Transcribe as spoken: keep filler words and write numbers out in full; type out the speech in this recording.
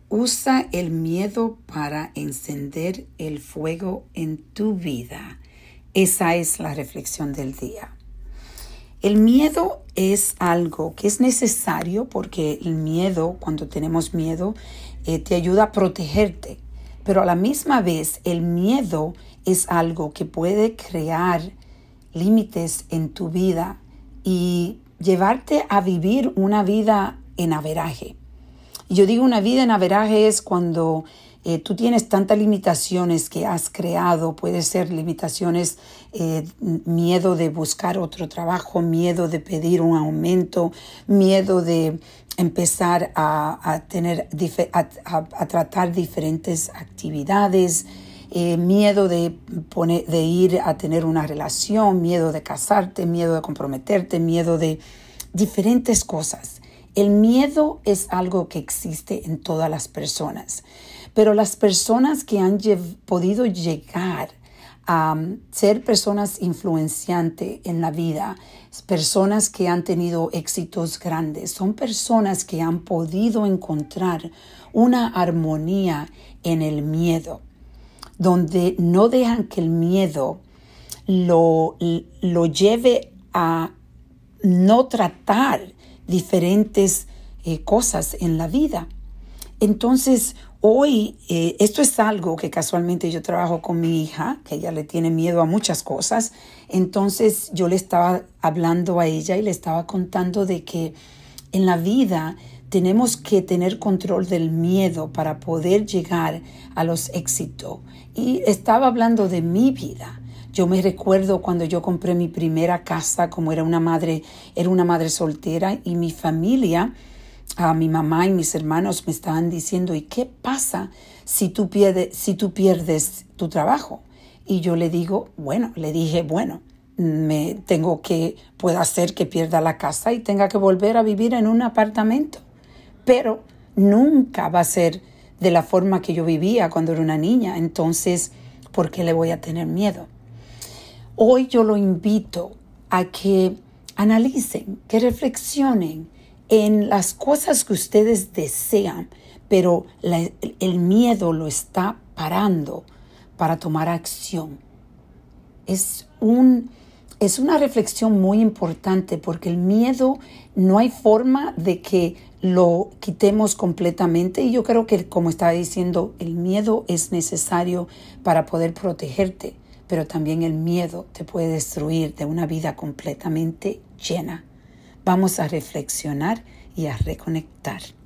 Usa el miedo para encender el fuego en tu vida. Esa es la reflexión del día. El miedo es algo que es necesario porque el miedo, cuando tenemos miedo, eh, te ayuda a protegerte. Pero a la misma vez, el miedo es algo que puede crear límites en tu vida y llevarte a vivir una vida en averaje. Y yo digo una vida en averaje es cuando eh, tú tienes tantas limitaciones que has creado. Puede ser limitaciones, eh, miedo de buscar otro trabajo, miedo de pedir un aumento, miedo de empezar a, a, tener, a, a, a tratar diferentes actividades, eh, miedo de, poner, de ir a tener una relación, miedo de casarte, miedo de comprometerte, miedo de diferentes cosas. El miedo es algo que existe en todas las personas, pero las personas que han lle- podido llegar a um, ser personas influenciantes en la vida, personas que han tenido éxitos grandes, son personas que han podido encontrar una armonía en el miedo, donde no dejan que el miedo lo, lo lleve a no tratar diferentes eh, cosas en la vida. Entonces, hoy, eh, esto es algo que casualmente yo trabajo con mi hija, que ella le tiene miedo a muchas cosas. Entonces, yo le estaba hablando a ella y le estaba contando de que en la vida tenemos que tener control del miedo para poder llegar a los éxitos. Y estaba hablando de mi vida. Yo me recuerdo cuando yo compré mi primera casa, como era una madre, era una madre soltera, y mi familia, a mi mamá y mis hermanos me estaban diciendo, ¿y qué pasa si tú pierdes, si tú pierdes tu trabajo? Y yo le digo, bueno, le dije, bueno, me tengo que, puedo hacer que pierda la casa y tenga que volver a vivir en un apartamento, pero nunca va a ser de la forma que yo vivía cuando era una niña. Entonces, ¿por qué le voy a tener miedo? Hoy yo lo invito a que analicen, que reflexionen en las cosas que ustedes desean, pero la, el miedo lo está parando para tomar acción. Es, un, es una reflexión muy importante porque el miedo no hay forma de que lo quitemos completamente, y yo creo que, como estaba diciendo, el miedo es necesario para poder protegerte. Pero también el miedo te puede destruir de una vida completamente llena. Vamos a reflexionar y a reconectar.